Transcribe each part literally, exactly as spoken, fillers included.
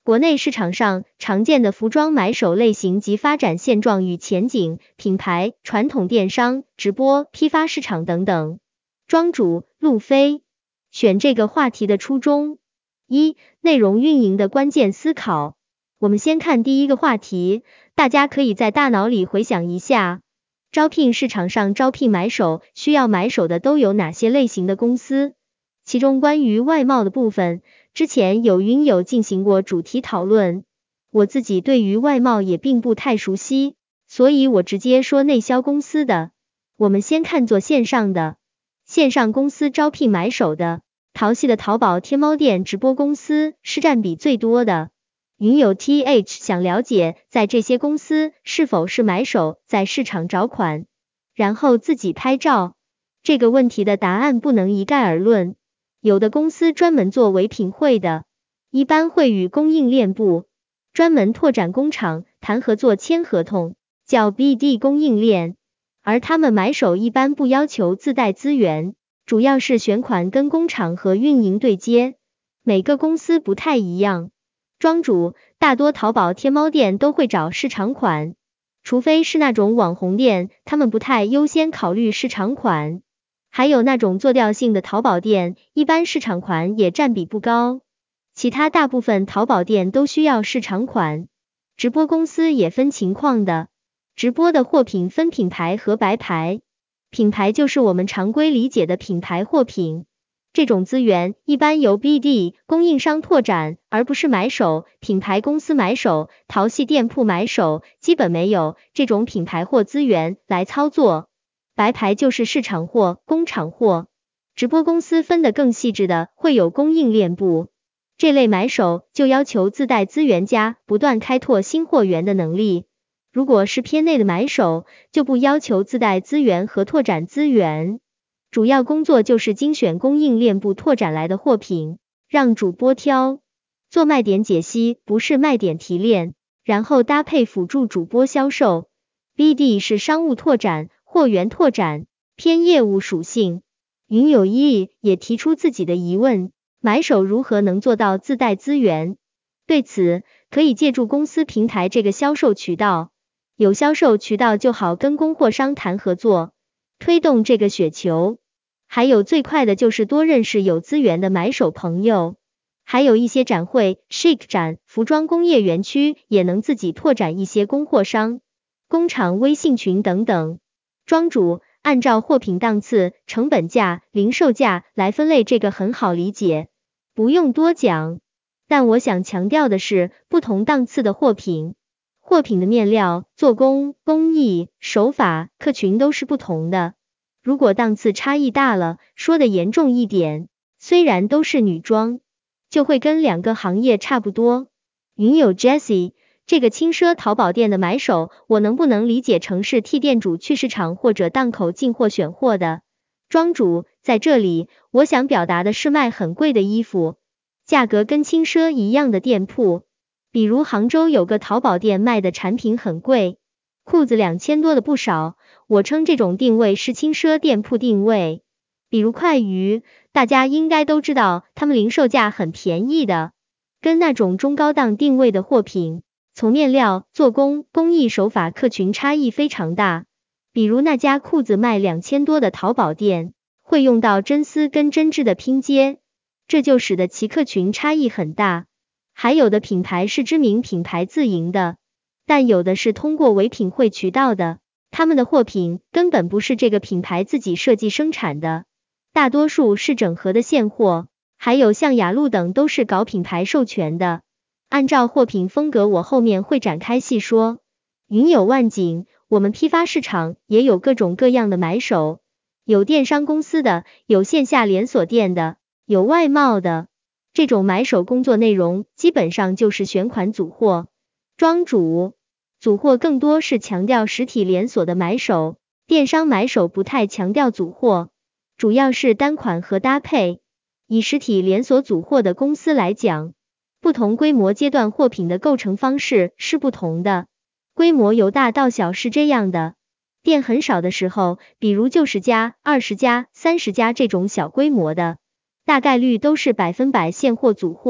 国内市场上常见的服装买手类型及发展现状与前景，品牌、传统电商、直播、批发市场等等。庄主路飞选这个话题的初衷：一、内容运营的关键思考。我们先看第一个话题，大家可以在大脑里回想一下，招聘市场上招聘买手，需要买手的都有哪些类型的公司？其中关于外贸的部分，之前有云友进行过主题讨论，我自己对于外贸也并不太熟悉，所以我直接说内销公司的。我们先看做线上的，线上公司招聘买手的，淘系的淘宝天猫店直播公司是占比最多的。云友 T H 想了解在这些公司是否是买手在市场找款，然后自己拍照。这个问题的答案不能一概而论，有的公司专门做唯品会的，一般会与供应链部专门拓展工厂谈合作签合同，叫 B D 供应链，而他们买手一般不要求自带资源，主要是选款跟工厂和运营对接，每个公司不太一样。庄主，大多淘宝天猫店都会找市场款，除非是那种网红店，他们不太优先考虑市场款。还有那种做调性的淘宝店，一般市场款也占比不高，其他大部分淘宝店都需要市场款。直播公司也分情况的，直播的货品分品牌和白牌，品牌就是我们常规理解的品牌货品。这种资源一般由 B D 供应商拓展，而不是买手、品牌公司买手、淘系店铺买手，基本没有这种品牌货资源来操作。白牌就是市场货、工厂货。直播公司分得更细致的会有供应链部，这类买手就要求自带资源加不断开拓新货源的能力。如果是偏内的买手，就不要求自带资源和拓展资源。主要工作就是精选供应链部拓展来的货品，让主播挑，做卖点解析，不是卖点提炼，然后搭配辅助主播销售。B D 是商务拓展、货源拓展，偏业务属性。云友一也提出自己的疑问，买手如何能做到自带资源？对此，可以借助公司平台这个销售渠道，有销售渠道就好跟供货商谈合作，推动这个雪球。还有最快的就是多认识有资源的买手朋友，还有一些展会 Chic 展、服装工业园区也能自己拓展一些供货商、工厂微信群等等。庄主，按照货品档次、成本价、零售价来分类，这个很好理解，不用多讲。但我想强调的是，不同档次的货品，货品的面料、做工、工艺、手法、客群都是不同的。如果档次差异大了，说的严重一点，虽然都是女装，就会跟两个行业差不多。云友 Jessie， 这个轻奢淘宝店的买手，我能不能理解成是替店主去市场或者档口进货选货的？庄主，在这里，我想表达的是卖很贵的衣服，价格跟轻奢一样的店铺，比如杭州有个淘宝店卖的产品很贵，裤子两千多的不少，我称这种定位是轻奢店铺定位。比如快鱼，大家应该都知道，他们零售价很便宜的，跟那种中高档定位的货品，从面料、做工、工艺手法、客群差异非常大。比如那家裤子卖两千多的淘宝店，会用到真丝跟针织的拼接，这就使得其客群差异很大。还有的品牌是知名品牌自营的，但有的是通过唯品会渠道的，他们的货品根本不是这个品牌自己设计生产的，大多数是整合的现货，还有像雅鹿等都是搞品牌授权的。按照货品风格，我后面会展开细说。云友万景，我们批发市场也有各种各样的买手，有电商公司的，有线下连锁店的，有外贸的。这种买手工作内容基本上就是选款组货。庄主，组货更多是强调实体连锁的买手，电商买手不太强调组货，主要是单款和搭配。以实体连锁组货的公司来讲，不同规模阶段货品的构成方式是不同的，规模由大到小是这样的，店很少的时候，比如就十家、二十家、三十家这种小规模的，大概率都是百分百现货组货，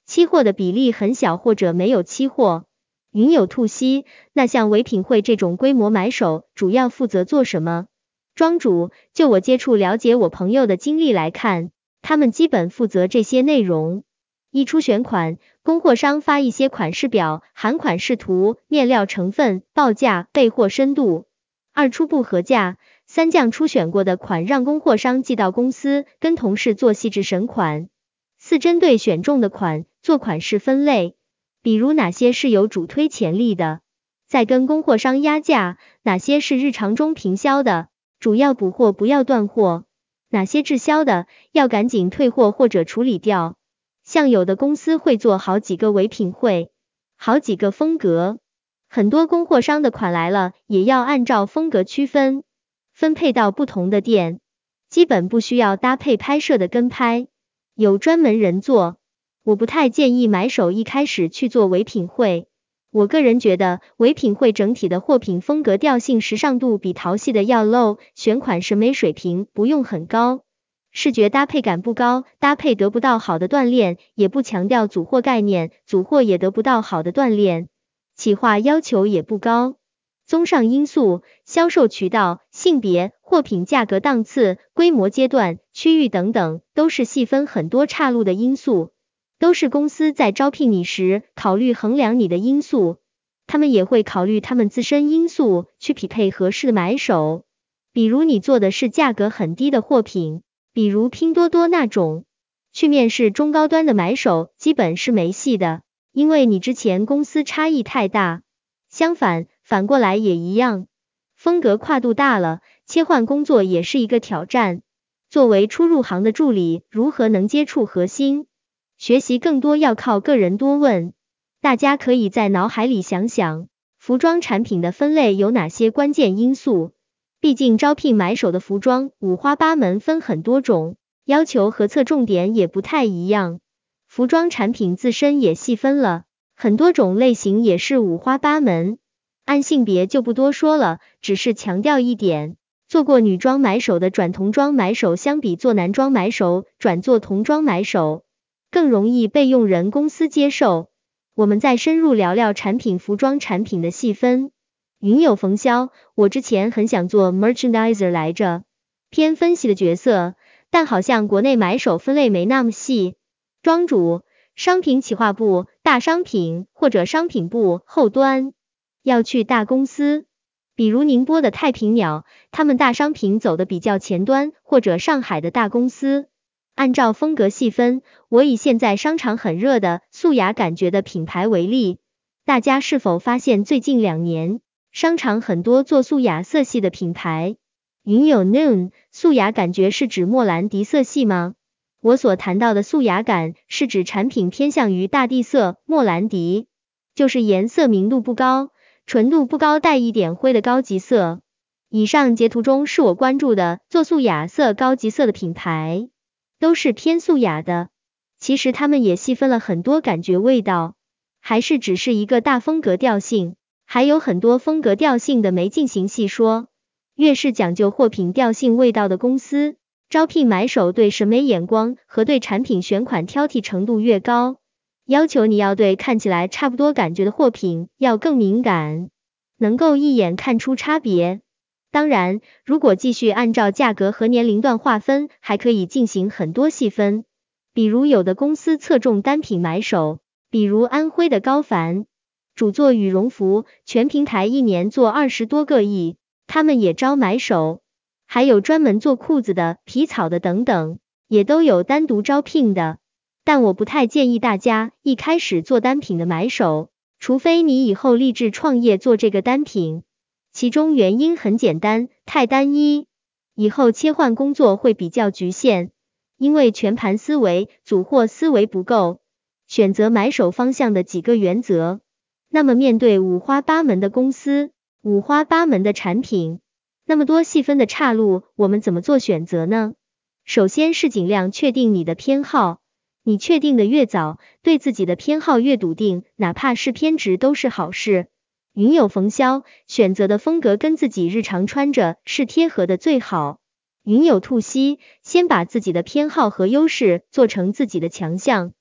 期货的比例很小或者没有期货。云有兔息，那像唯品会这种规模买手，主要负责做什么？庄主，就我接触了解我朋友的经历来看，他们基本负责这些内容。一初选款，供货商发一些款式表，含款式图、面料成分、报价、备货深度。二初步核价，三降初选过的款让供货商寄到公司，跟同事做细致审款。四针对选中的款，做款式分类，比如哪些是有主推潜力的，再跟供货商压价，哪些是日常中平销的，主要补货不要断货，哪些滞销的，要赶紧退货或者处理掉。像有的公司会做好几个唯品会，好几个风格，很多供货商的款来了，也要按照风格区分，分配到不同的店，基本不需要搭配拍摄的跟拍，有专门人做。我不太建议买手一开始去做唯品会，我个人觉得唯品会整体的货品风格调性时尚度比淘系的要 low， 选款审美水平不用很高，视觉搭配感不高，搭配得不到好的锻炼，也不强调组货概念，组货也得不到好的锻炼，企划要求也不高。综上因素，销售渠道、性别、货品价格档次、规模阶段、区域等等，都是细分很多岔路的因素，都是公司在招聘你时考虑衡量你的因素，他们也会考虑他们自身因素去匹配合适的买手。比如你做的是价格很低的货品，比如拼多多那种，去面试中高端的买手基本是没戏的，因为你之前公司差异太大。相反，反过来也一样，风格跨度大了，切换工作也是一个挑战。作为初入行的助理，如何能接触核心？学习更多要靠个人多问。大家可以在脑海里想想，服装产品的分类有哪些关键因素？毕竟招聘买手的服装五花八门，分很多种，要求和侧重点也不太一样。服装产品自身也细分了很多种类型，也是五花八门。按性别就不多说了，只是强调一点，做过女装买手的转童装买手，相比做男装买手转做童装买手，更容易被用人公司接受。我们再深入聊聊产品服装产品的细分。云有冯潇，我之前很想做 merchandiser 来着，偏分析的角色，但好像国内买手分类没那么细。庄主，商品企划部、大商品或者商品部后端，要去大公司，比如宁波的太平鸟，他们大商品走的比较前端，或者上海的大公司。按照风格细分，我以现在商场很热的素雅感觉的品牌为例，大家是否发现最近两年商场很多做素雅色系的品牌？云有 noon， 素雅感觉是指莫兰迪色系吗？我所谈到的素雅感是指产品偏向于大地色，莫兰迪就是颜色明度不高，纯度不高，带一点灰的高级色。以上截图中是我关注的做素雅色高级色的品牌，都是偏素雅的。其实他们也细分了很多感觉味道，还是只是一个大风格调性，还有很多风格调性的没进行细说。越是讲究货品调性味道的公司，招聘买手对审美眼光和对产品选款挑剔程度越高，要求你要对看起来差不多感觉的货品要更敏感，能够一眼看出差别。当然，如果继续按照价格和年龄段划分，还可以进行很多细分。比如有的公司侧重单品买手，比如安徽的高凡，主做羽绒服，全平台一年做二十多个亿，他们也招买手。还有专门做裤子的、皮草的等等，也都有单独招聘的。但我不太建议大家一开始做单品的买手，除非你以后立志创业做这个单品。其中原因很简单，太单一，以后切换工作会比较局限，因为全盘思维、组货思维不够。选择买手方向的几个原则。那么面对五花八门的公司，五花八门的产品，那么多细分的岔路，我们怎么做选择呢？首先是尽量确定你的偏好，你确定的越早，对自己的偏好越笃定，哪怕是偏执都是好事。云有冯潇，选择的风格跟自己日常穿着是贴合的最好。云有兔息，先把自己的偏好和优势做成自己的强项，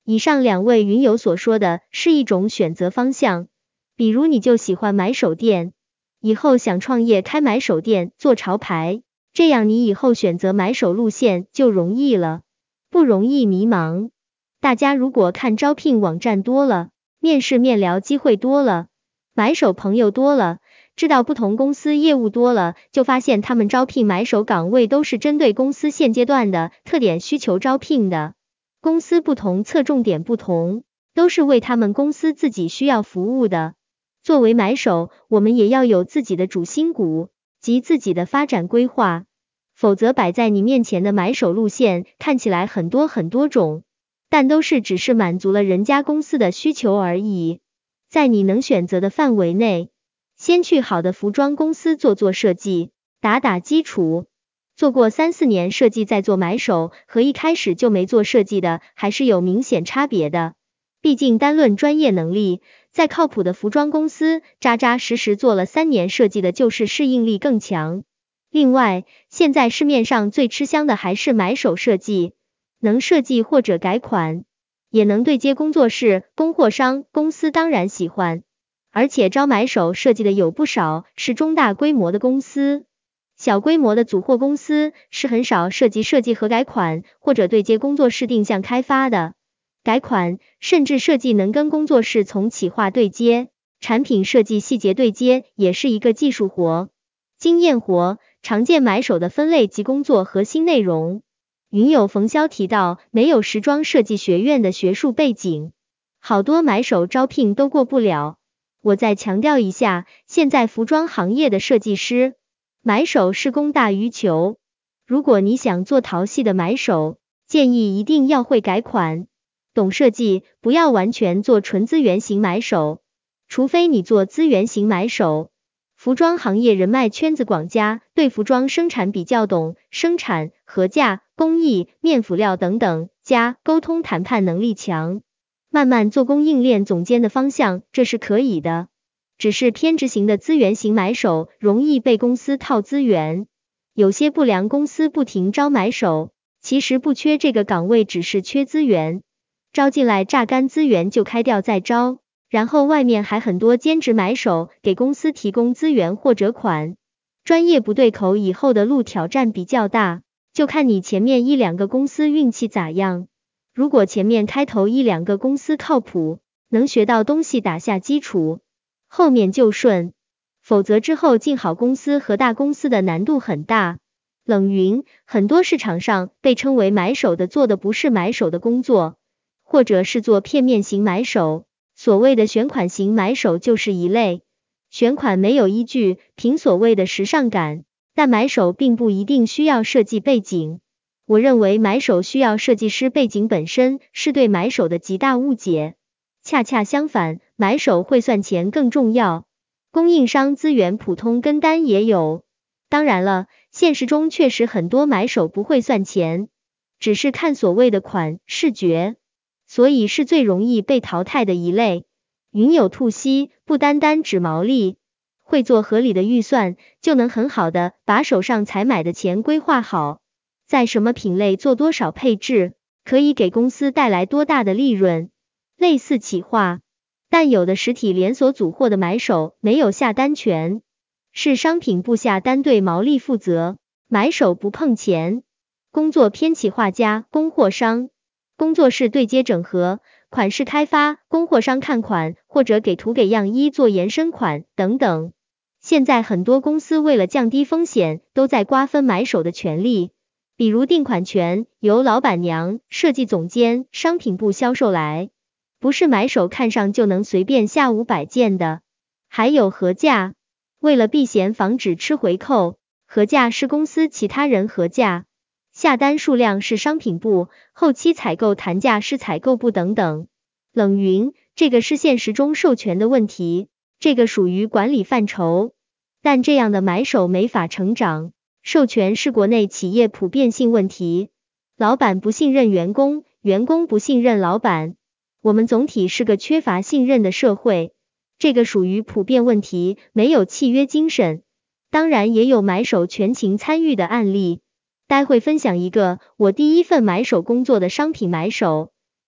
以上两位云友所说的是一种选择方向，比如你就喜欢买手店，以后想创业开买手店做潮牌，这样你以后选择买手路线就容易了，不容易迷茫。大家如果看招聘网站多了，面试面聊机会多了，买手朋友多了，知道不同公司业务多了，就发现他们招聘买手岗位都是针对公司现阶段的特点需求招聘的，公司不同，侧重点不同，都是为他们公司自己需要服务的。作为买手，我们也要有自己的主心骨及自己的发展规划，否则摆在你面前的买手路线看起来很多很多种，但都是只是满足了人家公司的需求而已。在你能选择的范围内，先去好的服装公司做做设计，打打基础，做过三四年设计再做买手，和一开始就没做设计的还是有明显差别的。毕竟单论专业能力，在靠谱的服装公司扎扎实实做了三年设计的就是适应力更强。另外，现在市面上最吃香的还是买手设计，能设计或者改款，也能对接工作室、供货商，公司当然喜欢。而且招买手设计的有不少是中大规模的公司，小规模的组货公司是很少设计设计和改款，或者对接工作室定向开发的。改款甚至设计能跟工作室从企划对接，产品设计细节对接，也是一个技术活、经验活。常见买手的分类及工作核心内容，云友冯潇提到，没有时装设计学院的学术背景，好多买手招聘都过不了。我再强调一下，现在服装行业的设计师、买手是供大于求。如果你想做淘系的买手，建议一定要会改款，懂设计，不要完全做纯资源型买手，除非你做资源型买手。服装行业人脉圈子广加，对服装生产比较懂，生产、合价、工艺、面辅料等等，加沟通谈判能力强，慢慢做供应链总监的方向，这是可以的。只是偏执型的资源型买手容易被公司套资源，有些不良公司不停招买手，其实不缺这个岗位，只是缺资源，招进来榨干资源就开掉再招，然后外面还很多兼职买手给公司提供资源或者款，专业不对口，以后的路挑战比较大，就看你前面一两个公司运气咋样。如果前面开头一两个公司靠谱，能学到东西打下基础，后面就顺，否则之后进好公司和大公司的难度很大。冷云，很多市场上被称为买手的做的不是买手的工作，或者是做片面型买手，所谓的选款型买手就是一类。选款没有依据，凭所谓的时尚感，但买手并不一定需要设计背景。我认为买手需要设计师背景本身是对买手的极大误解，恰恰相反，买手会算钱更重要。供应商资源普通跟单也有，当然了，现实中确实很多买手不会算钱，只是看所谓的款视觉，所以是最容易被淘汰的一类。云有兔息，不单单指毛利，会做合理的预算，就能很好的把手上采买的钱规划好，在什么品类做多少配置，可以给公司带来多大的利润，类似企划。但有的实体连锁组货的买手没有下单权，是商品部下单对毛利负责，买手不碰钱，工作偏企划加供货商，工作室对接整合，款式开发，供货商看款或者给图给样衣做延伸款等等。现在很多公司为了降低风险，都在瓜分买手的权利，比如定款权由老板娘、设计总监、商品部销售来，不是买手看上就能随便下五百件的。还有核价，为了避嫌防止吃回扣，核价是公司其他人核价，下单数量是商品部，后期采购谈价是采购部等等。冷云，这个是现实中授权的问题，这个属于管理范畴，但这样的买手没法成长，授权是国内企业普遍性问题，老板不信任员工，员工不信任老板，我们总体是个缺乏信任的社会，这个属于普遍问题，没有契约精神。当然也有买手全情参与的案例，待会分享一个我第一份买手工作的商品买手，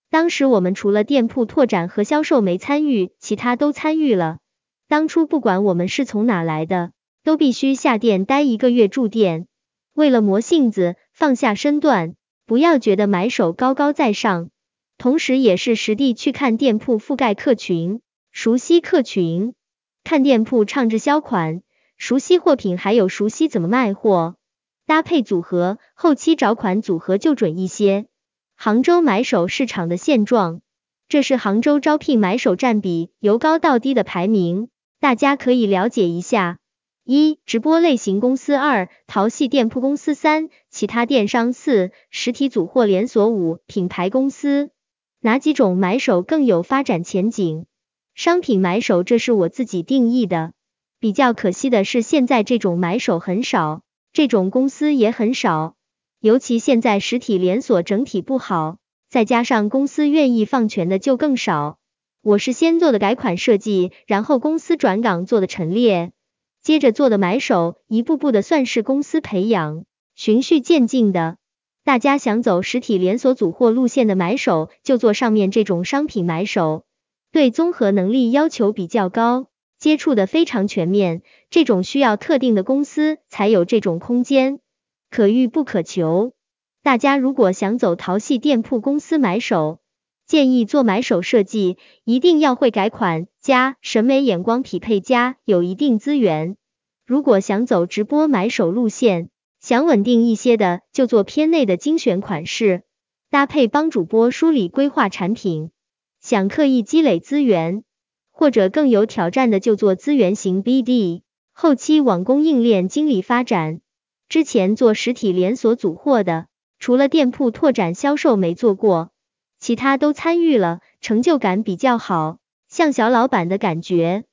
当时我们除了店铺拓展和销售没参与，其他都参与了。当初不管我们是从哪来的，都必须下店待一个月驻店。为了磨性子，放下身段，不要觉得买手高高在上，同时也是实地去看店铺，覆盖客群，熟悉客群，看店铺畅滞销款，熟悉货品，还有熟悉怎么卖货，搭配组合，后期找款组合就准一些。杭州买手市场的现状，这是杭州招聘买手占比由高到低的排名，大家可以了解一下。一、直播类型公司；二、淘系店铺公司；三、其他电商；四、实体组货连锁；五、品牌公司。哪几种买手更有发展前景？商品买手，这是我自己定义的。比较可惜的是，现在这种买手很少，这种公司也很少，尤其现在实体连锁整体不好，再加上公司愿意放权的就更少。我是先做的改款设计，然后公司转岗做的陈列，接着做的买手，一步步的算是公司培养，循序渐进的。大家想走实体连锁组货路线的买手，就做上面这种商品买手，对综合能力要求比较高，接触的非常全面，这种需要特定的公司才有这种空间，可遇不可求。大家如果想走淘系店铺公司买手，建议做买手设计，一定要会改款，加审美眼光匹配，加有一定资源。如果想走直播买手路线，想稳定一些的，就做偏内的精选款式，搭配帮主播梳理规划产品。想刻意积累资源，或者更有挑战的，就做资源型 B D， 后期往供应链经理发展。之前做实体连锁组货的，除了店铺拓展销售没做过，其他都参与了，成就感比较好，像小老板的感觉。